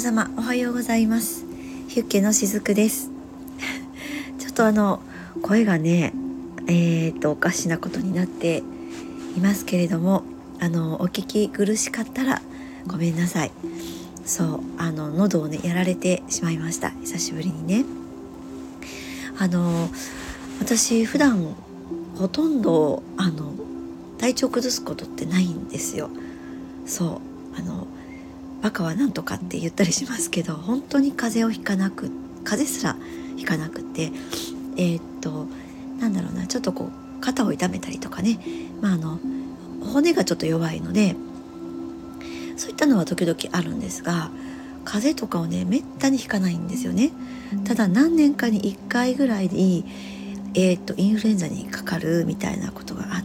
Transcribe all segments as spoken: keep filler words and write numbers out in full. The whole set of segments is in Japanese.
様おはようございます。ヒュッケのしずくですちょっとあの声がねえー、とおかしなことになっていますけれども、あのお聞き苦しかったらごめんなさい。そうあの喉をねやられてしまいました。久しぶりにね。あの私普段ほとんどあの体調崩すことってないんですよ。そうあのバカはなんとかって言ったりしますけど、本当に風邪をひかなく風邪すらひかなくて、えー、っとなんだろうなちょっとこう肩を痛めたりとかね、まああの骨がちょっと弱いのでそういったのは時々あるんですが、風邪とかをねめったにひかないんですよね。ただ何年かにいっかいぐらいでいい、えー、っとインフルエンザにかかるみたいなことがあって、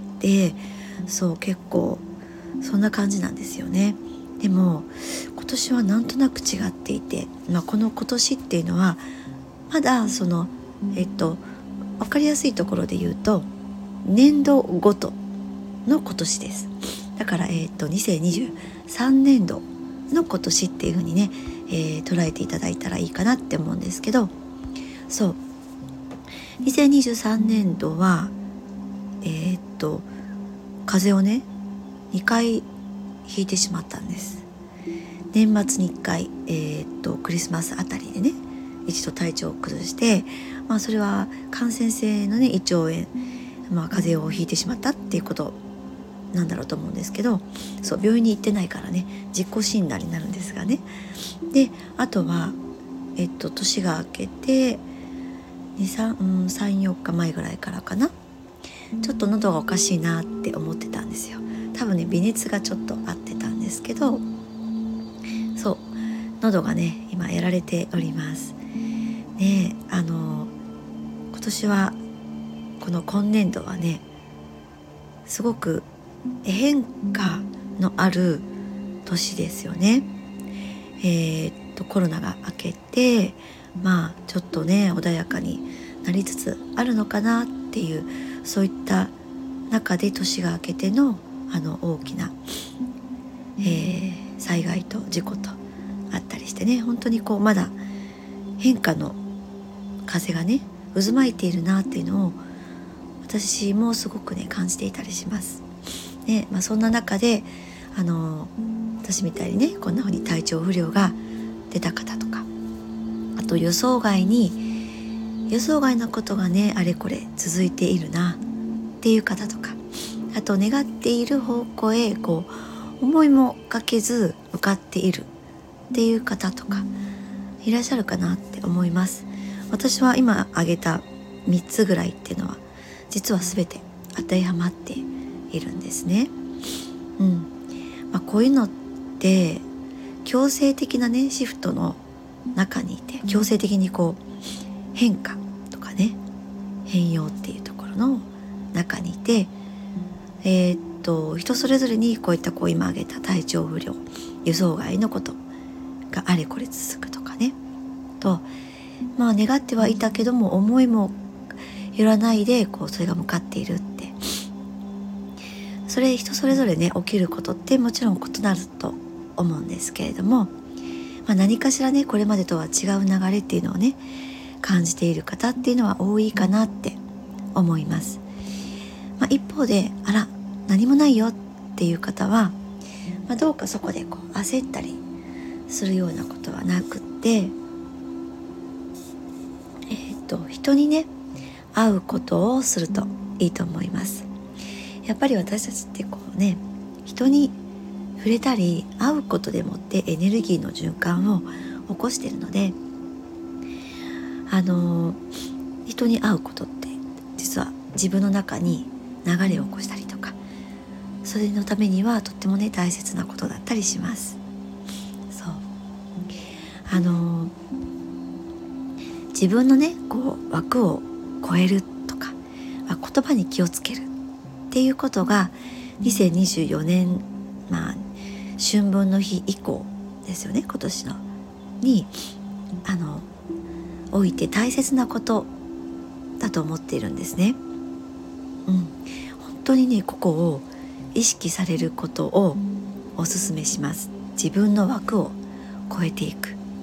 そう結構そんな感じなんですよね。でも今年はなんとなく違っていて、まあ、この今年っていうのはまだそのえっと分かりやすいところで言うと年度ごとの今年です。だから、えっとにせんにじゅうさんねんどの今年っていう風にね、えー、捉えていただいたらいいかなって思うんですけど、そうにせんにじゅうさんねんどはえー、っと風邪をねにかいひいてしまったんです。年末にいっかい、えー、っとクリスマスあたりでね一度体調を崩して、まあ、それは感染性のね胃腸炎、まあ、風邪をひいてしまったっていうことなんだろうと思うんですけど、そう病院に行ってないからね自己診断になるんですがね。であとはえっと年が明けてにさんさんよっかまえぐらいからかな、ちょっと喉がおかしいなって思ってたんですよ。多分ね微熱がちょっとあってたんですけど、そう喉がね今やられておりますね。あの今年はこの今年度はねすごく変化のある年ですよね。えー、っとコロナが明けてまあちょっとね穏やかになりつつあるのかなっていう、そういった中で年が明けてのあの大きな、えー、災害と事故とあったりしてね、本当にこうまだ変化の風がね渦巻いているなっていうのを私もすごくね感じていたりしますね。まあ、そんな中であの私みたいにねこんな風に体調不良が出た方とか、あと予想外に予想外なことがねあれこれ続いているなっていう方とか、あと願っている方向へこう思いもかけず向かっているっていう方とかいらっしゃるかなって思います。私は今挙げたみっつぐらいっていうのは実は全て当てはまっているんですね。うんまあ、こういうのって強制的なねシフトの中にいて、強制的にこう変化とかね変容っていうところの中にいて、えー、っと人それぞれにこういったこう今挙げた体調不良予想外のことがあれこれ続くとかねと、まあ願ってはいたけども思いもよらないでこうそれが向かっているって、それ人それぞれね起きることってもちろん異なると思うんですけれども、まあ、何かしらねこれまでとは違う流れっていうのをね感じている方っていうのは多いかなって思います。まあ、一方であら何もないよっていう方は、まあ、どうかそこでこう焦ったりするようなことはなくって、えー、っと人にね会うことをするといいと思います。やっぱり私たちってこうね人に触れたり会うことでもってエネルギーの循環を起こしているので、あの人に会うことって実は自分の中に流れを起こしたりとか、それのためにはとってもね大切なことだったりします。そうあの自分のねこう枠を超えるとか、まあ、言葉に気をつけるっていうことがにせんにじゅうよねん、まあ春分の日以降ですよね、今年のにあのおいて大切なことだと思っているんですね。うん、本当にねここを意識されることをお勧めします。自分の枠を超えていく、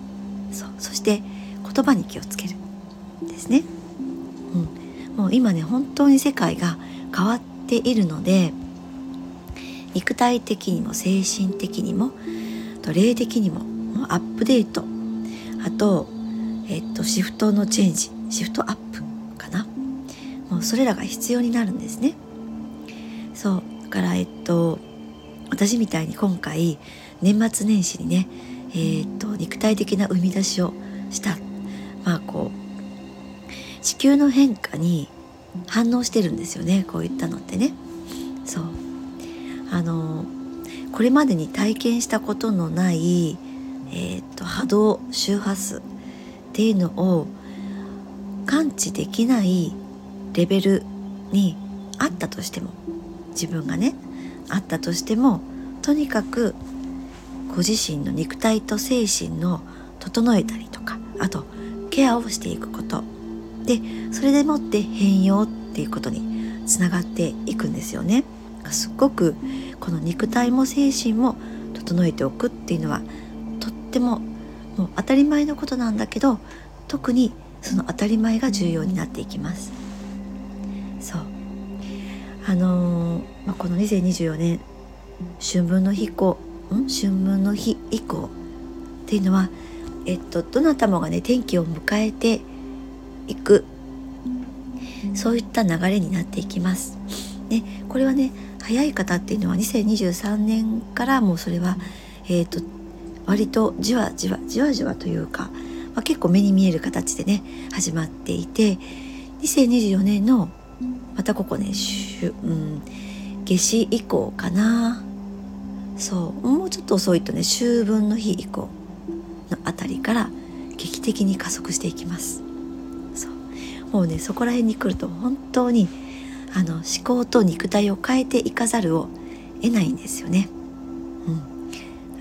そう、そして言葉に気をつけるですね。うん、もう今ね本当に世界が変わっているので、肉体的にも精神的にもと霊的にももうアップデート、あと、えっと、シフトのチェンジ、シフトアップかな、もうそれらが必要になるんですね。そうだからえっと私みたいに今回年末年始にね、えっと肉体的な生み出しをした、まあこう地球の変化に反応してるんですよね、こういったのってね。そうあのこれまでに体験したことのない、えっと波動周波数っていうのを感知できないレベルにあったとしても、自分がねあったとしても、とにかくご自身の肉体と精神の整えたりとか、あとケアをしていくことで、それでもって変容っていうことにつながっていくんですよね。すっごくこの肉体も精神も整えておくっていうのはとってももう当たり前のことなんだけど、特にその当たり前が重要になっていきます。そうあのーまあ、このにせんにじゅうよねん春分の日以降ん春分の日以降っていうのは、えっと、どなたもがね転機を迎えていく、そういった流れになっていきます、ね、これはね早い方っていうのはにせんにじゅうさんねんからもうそれは、えっと、割とじわじわじわじわというか、まあ、結構目に見える形でね始まっていて、にせんにじゅうよねんのまたここね、うん、夏至以降かな、そうもうちょっと遅いとね秋分の日以降のあたりから劇的に加速していきます。そうもうねそこら辺に来ると本当にあの思考と肉体を変えていかざるを得ないんですよね。うん、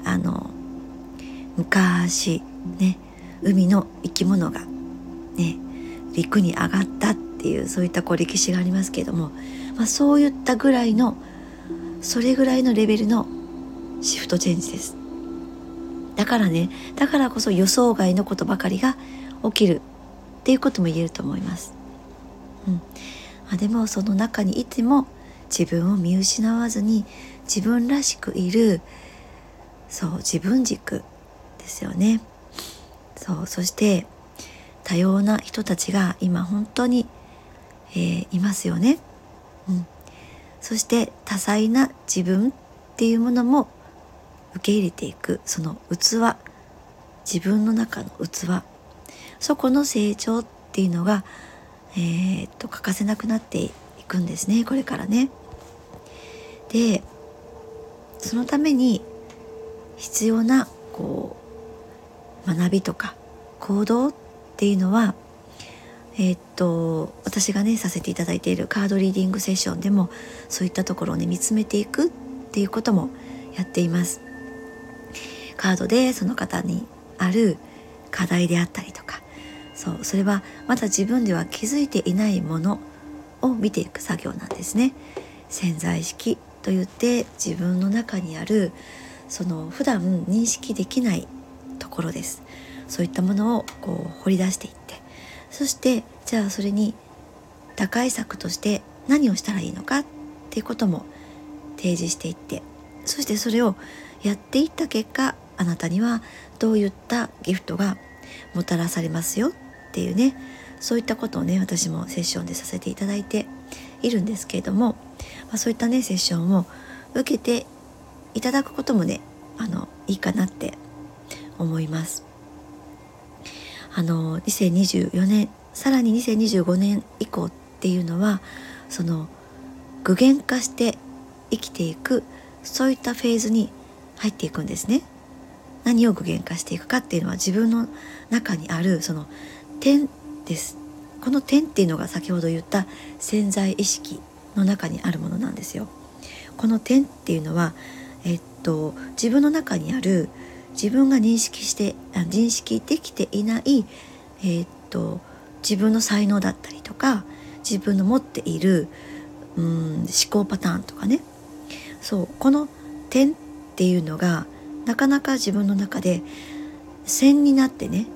あの昔ね海の生き物がね陸に上がったっていう、そういったこう歴史がありますけれども、まあ、そういったぐらいのそれぐらいのレベルのシフトチェンジです。だからねだからこそ予想外のことばかりが起きるっていうことも言えると思います。うんまあ、でもその中にいても自分を見失わずに自分らしくいる、そう自分軸ですよね。そうそして多様な人たちが今本当に、えー、いますよね。うん、そして多彩な自分っていうものも受け入れていく、その器、自分の中の器、そこの成長っていうのが、えー、っと欠かせなくなっていくんですね、これからね。でそのために必要なこう学びとか行動っていうのは、えー、っと私がねさせていただいているカードリーディングセッションでもそういったところをね見つめていくっていうこともやっています。カードでその方にある課題であったりとか、そうそれはまだ自分では気づいていないものを見ていく作業なんですね。潜在意識といって自分の中にあるその普段認識できないところです。そういったものをこう掘り出していって、そしてじゃあそれに打開策として何をしたらいいのかっていうことも提示していって、そしてそれをやっていった結果、あなたにはどういったギフトがもたらされますよっていうね、そういったことをね私もセッションでさせていただいているんですけれども、まあ、そういったねセッションを受けていただくこともねあのいいかなって思います。あのにせんにじゅうよねん、さらににせんにじゅうごねん以降っていうのはその具現化して生きていく、そういったフェーズに入っていくんですね。何を具現化していくかっていうのは自分の中にあるその点です。この点っていうのが先ほど言った潜在意識の中にあるものなんですよ。この点っていうのは、えっと、自分の中にある自分が認識して認識できていない、えっと、自分の才能だったりとか自分の持っているうん思考パターンとかね、そうこの点っていうのがなかなか自分の中で線になってね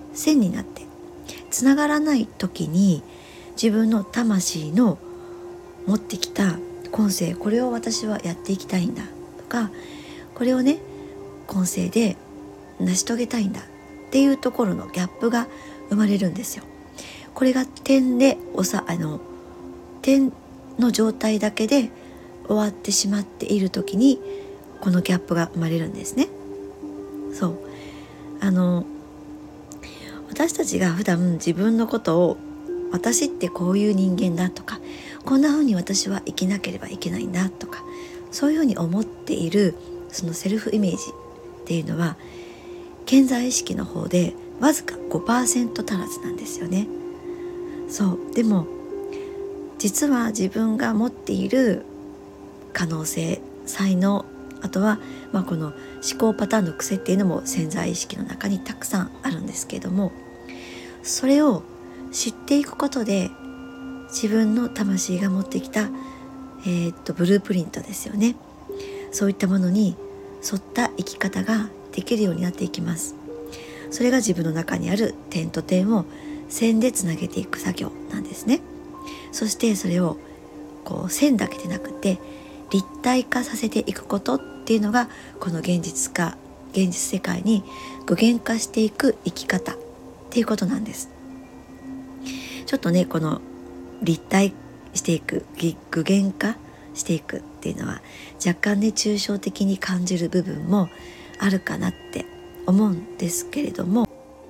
線になってつながらない時に、自分の魂の持ってきた今世、これを私はやっていきたいんだとか、これをね今世で成し遂げたいんだっていうところのギャップが生まれるんですよ。これが点でおさあの点の状態だけで終わってしまっている時に、このギャップが生まれるんですね。そうあの私たちが普段自分のことを、私ってこういう人間だとか、こんな風に私は生きなければいけないんだとか、そういう風に思っているそのセルフイメージっていうのは、潜在意識の方でわずか ごパーセント 足らずなんですよね。そうでも実は自分が持っている可能性、才能、あとは、まあ、この思考パターンの癖っていうのも潜在意識の中にたくさんあるんですけれども、それを知っていくことで、自分の魂が持ってきた、えー、っとブループリントですよね。そういったものに沿った生き方ができるようになっていきます。それが自分の中にある点と点を線でつなげていく作業なんですね。そしてそれをこう線だけでなくて立体化させていくことっていうのが、この現実化現実世界に具現化していく生き方っていうことなんです。ちょっとねこの立体していく、具現化していくっていうのは若干ね抽象的に感じる部分もあるかなって思うんですけれども、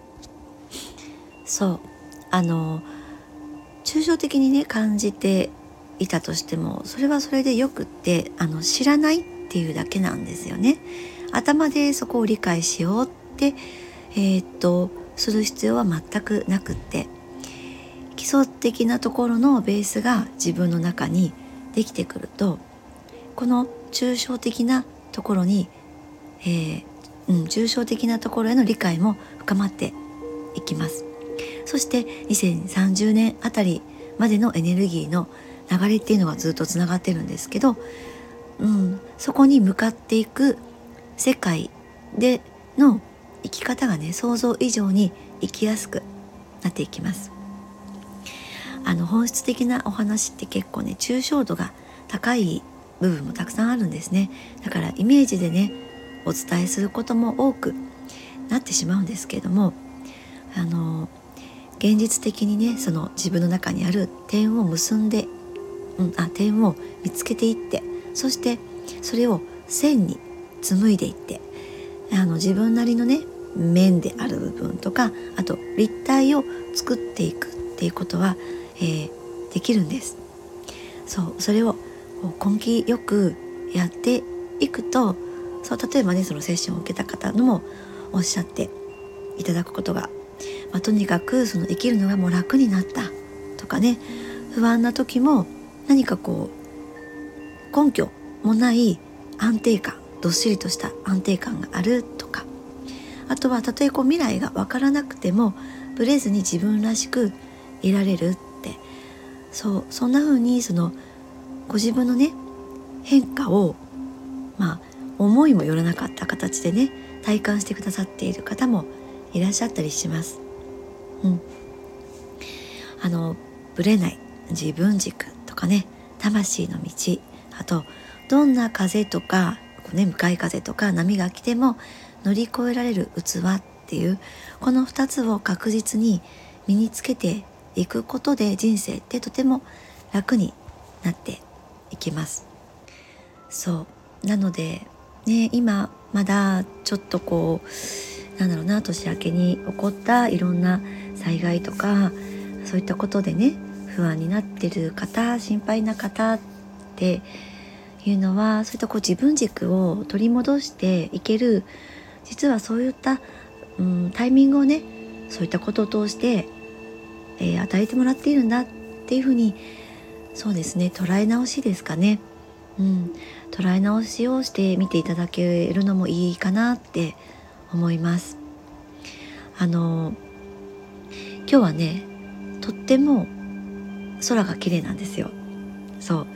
そうあの抽象的にね感じていたとしても、それはそれでよくって、あの知らないっていうだけなんですよね。頭でそこを理解しようってえー、っとする必要は全くなくって、基礎的なところのベースが自分の中にできてくると、この抽象的なところに、えーうん、抽象的なところへの理解も深まっていきます。そしてにせんさんじゅうねんあたりまでのエネルギーの流れっていうのがずっとつながってるんですけど、うん、そこに向かっていく世界での生き方がね、想像以上に生きやすくなっていきます。あの本質的なお話って結構ね抽象度が高い部分もたくさんあるんですね。だからイメージでねお伝えすることも多くなってしまうんですけれども、あの現実的にねその自分の中にある点を結んで、うん、あ点を見つけていって、そしてそれを線に紡いでいって、あの自分なりのね面である部分とか、あと立体を作っていくっていうことは、えー、できるんです。そうそれを根気よくやっていくと、そう例えばねそのセッションを受けた方のもおっしゃっていただくことが、まあ、とにかくその生きるのがもう楽になったとかね、不安な時も何かこう根拠もない安定感、どっしりとした安定感があるとか、あとはたとえこう未来が分からなくてもブレずに自分らしくいられるって、そうそんな風にそのご自分のね変化を、まあ思いもよらなかった形でね体感してくださっている方もいらっしゃったりします。うん、あのぶれない自分軸とかね、魂の道、あとどんな風とか、ね、向かい風とか波が来ても乗り越えられる器っていう、このふたつを確実に身につけていくことで、人生ってとても楽になっていきます。そうなのでね、今まだちょっとこうなんだろうな、年明けに起こったいろんな災害とかそういったことでね不安になってる方、心配な方っていうのは、そういったこう自分軸を取り戻していける、実はそういった、うん、タイミングをねそういったことを通して、えー、与えてもらっているんだっていうふうに、そうですね、捉え直しですかね、うん、捉え直しをしてみていただけるのもいいかなって思います。あの今日はねとっても空が綺麗なんですよ。そう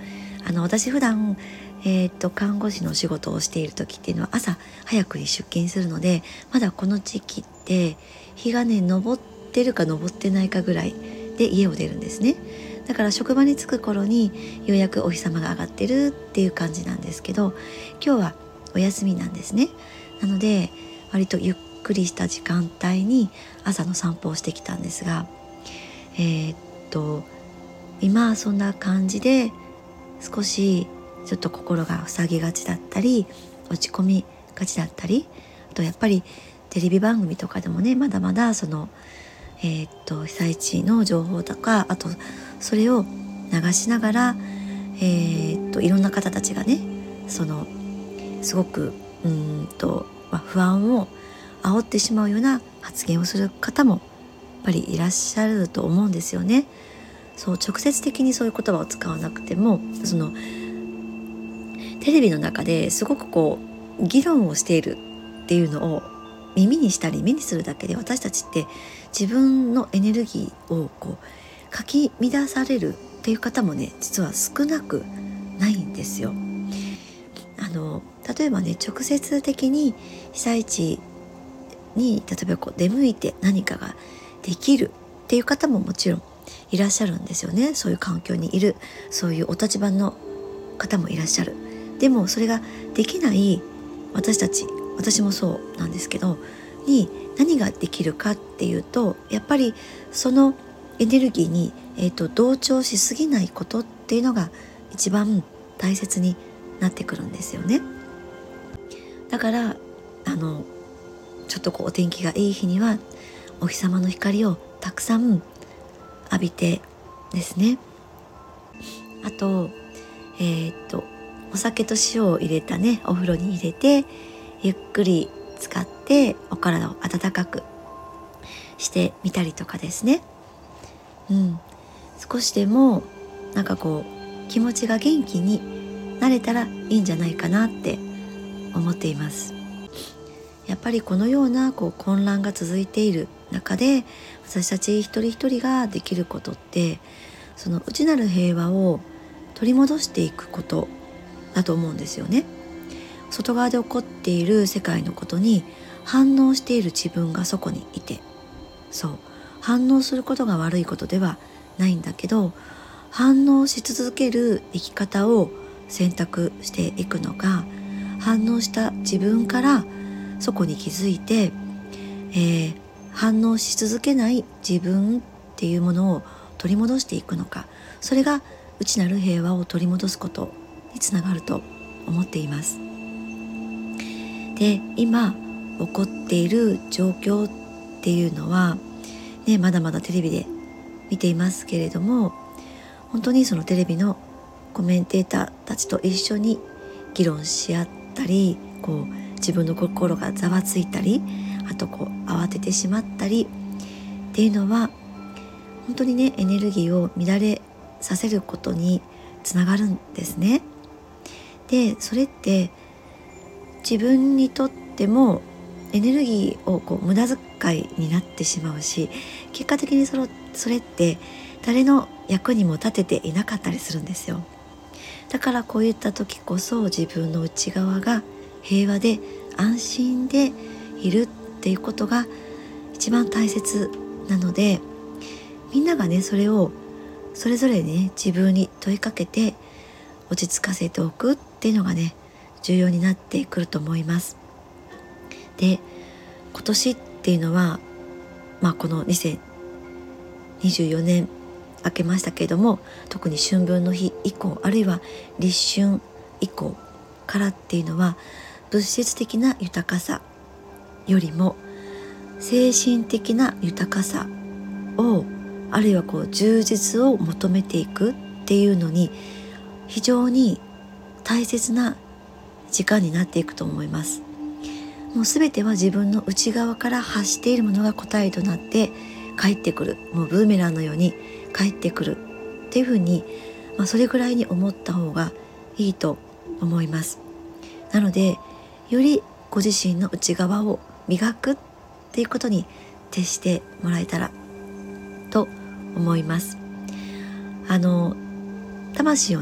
あの私普段えー、と看護師の仕事をしている時っていうのは朝早くに出勤するので、まだこの時期って日がね昇ってるか昇ってないかぐらいで家を出るんですね。だから職場に着く頃にようやくお日様が上がってるっていう感じなんですけど、今日はお休みなんですね。なので割とゆっくりした時間帯に朝の散歩をしてきたんですが、えー、っと今そんな感じで少しちょっと心が塞ぎがちだったり落ち込みがちだったり、あとやっぱりテレビ番組とかでもねまだまだその、えー、っと被災地の情報とか、あとそれを流しながら、えー、っといろんな方たちがねそのすごくうーんと、まあ、不安を煽ってしまうような発言をする方もやっぱりいらっしゃると思うんですよね。そう直接的にそういう言葉を使わなくても、そのテレビの中ですごくこう議論をしているっていうのを耳にしたり目にするだけで、私たちって自分のエネルギーをこうかき乱されるっていう方もね実は少なくないんですよ。あの例えばね直接的に被災地に例えばこう出向いて何かができるっていう方ももちろんいらっしゃるんですよね。そういう環境にいるそういうお立場の方もいらっしゃる。でもそれができない私たち、私もそうなんですけどに何ができるかっていうと、やっぱりそのエネルギーに、えーと、同調しすぎないことっていうのが一番大切になってくるんですよね。だからあのちょっとこうお天気がいい日にはお日様の光をたくさん浴びてですね、あとえー、っとお酒と塩を入れたねお風呂に入れてゆっくり使ってお体を温かくしてみたりとかですね、うん、少しでもなんかこう気持ちが元気になれたらいいんじゃないかなって思っています。やっぱりこのようなこう混乱が続いている中で私たち一人一人ができることって、その内なる平和を取り戻していくことだと思うんですよね。外側で起こっている世界のことに反応している自分がそこにいて、そう反応することが悪いことではないんだけど、反応し続ける生き方を選択していくのが、反応した自分からそこに気づいて、えー、反応し続けない自分っていうものを取り戻していくのか、それが内なる平和を取り戻すことにつながると思っています。で、今起こっている状況っていうのは、ね、まだまだテレビで見ていますけれども、本当にそのテレビのコメンテーターたちと一緒に議論し合ったり、こう自分の心がざわついたり、あとこう慌ててしまったりっていうのは本当にねエネルギーを乱れさせることにつながるんですね。で、それって自分にとってもエネルギーをこう無駄遣いになってしまうし、結果的にそのそれって誰の役にも立てていなかったりするんですよ。だからこういった時こそ自分の内側が平和で安心でいるっていうことが一番大切なので、みんながねそれをそれぞれね自分に問いかけて落ち着かせておくっていうのがね重要になってくると思います。で、今年っていうのは、まあ、このにせんにじゅうよねん明けましたけれども、特に春分の日以降、あるいは立春以降からっていうのは、物質的な豊かさよりも精神的な豊かさを、あるいはこう充実を求めていくっていうのに非常に大切な時間になっていくと思います。もう全ては自分の内側から発しているものが答えとなって帰ってくる、もうブーメランのように帰ってくるっていうふうに、まあ、それぐらいに思った方がいいと思います。なのでよりご自身の内側を磨くっていうことに徹してもらえたらと思います。あの魂をね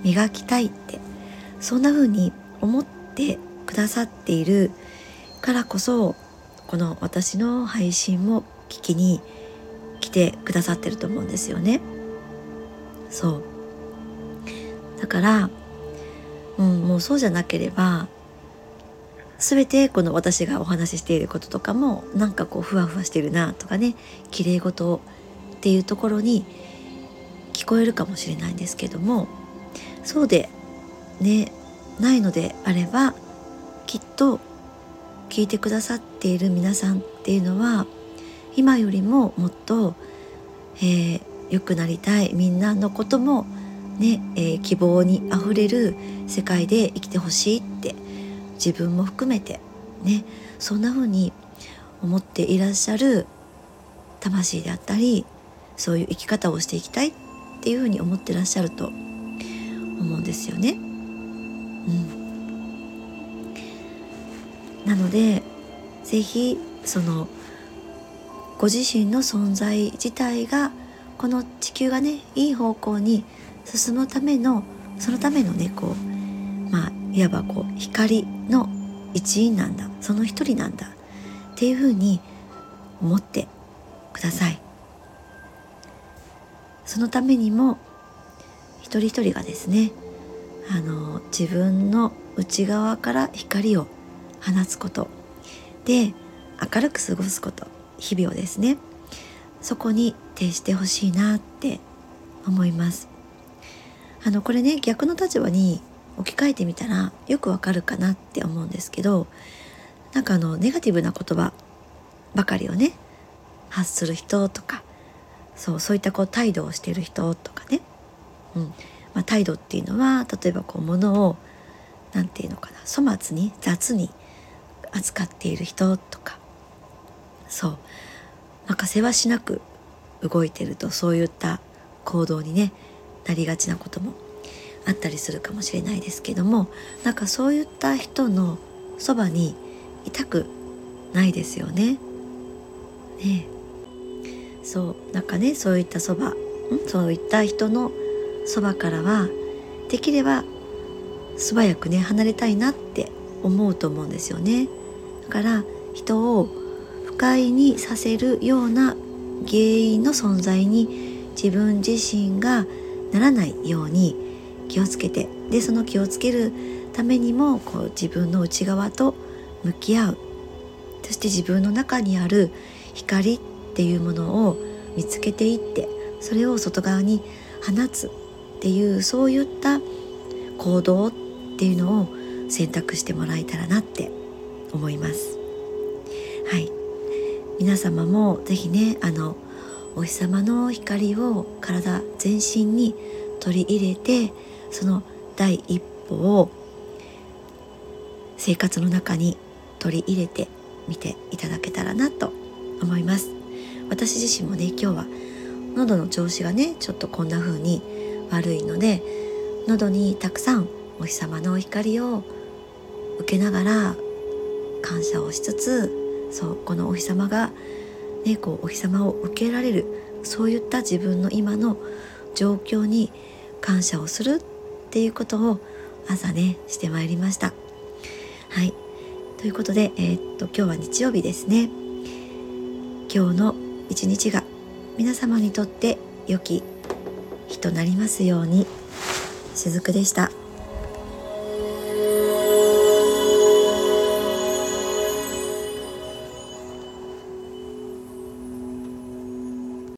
磨きたいって、そんな風に思ってくださっているからこそ、この私の配信も聞きに来てくださってると思うんですよね。そうだから、うん、もうそうじゃなければ、全てこの私がお話ししていることとかもなんかこうふわふわしてるなとかね、綺麗事っていうところに聞こえるかもしれないんですけども、そうでねないのであれば、きっと聞いてくださっている皆さんっていうのは、今よりももっと、えー、良くなりたい、みんなのこともね、えー、希望にあふれる世界で生きてほしいって、自分も含めてね、そんな風に思っていらっしゃる魂であったり、そういう生き方をしていきたいっていう風に思ってらっしゃると思うんですよね。うん、なのでぜひそのご自身の存在自体が、この地球がねいい方向に進むための、そのためのねこうまあいわばこう光の一員なんだ、その一人なんだっていうふうに思ってください。そのためにも一人一人がですね、あの自分の内側から光を放つことで、明るく過ごすこと、日々をですね、そこに徹してほしいなって思います。あのこれね、逆の立場に置き換えてみたらよくわかるかなって思うんですけど、なんかあのネガティブな言葉ばかりをね発する人とか、そうそういったこう態度をしている人とかね、うんまあ、態度っていうのは、例えばこう物をなんていうのかな、粗末に雑に扱っている人とか、そうなんかせわしなく動いてると、そういった行動にねなりがちなこともあったりするかもしれないですけども、なんかそういった人のそばにいたくないですよね。ねえ、そうなんかね、そういったそば、んそういった人のそばからはできれば素早くね離れたいなって思うと思うんですよね。だから人を不快にさせるような原因の存在に自分自身がならないように気をつけて、でその気をつけるためにもこう自分の内側と向き合う、そして自分の中にある光っていうものを見つけていって、それを外側に放つっていう、そういった行動っていうのを選択してもらえたらなって思います。はい、皆様もぜひね、あのお日様の光を体全身に取り入れて、その第一歩を生活の中に取り入れてみていただけたらなと思います。私自身もね、今日は喉の調子がねちょっとこんな風に悪いので、喉にたくさんお日様の光を受けながら感謝をしつつ、そうこのお日様がねこうお日様を受けられる、そういった自分の今の状況に感謝をするっていうことを朝ねしてまいりました。はい、ということで、えー、っと今日は日曜日ですね。今日の一日が皆様にとって良き日となりますように。しずくでした。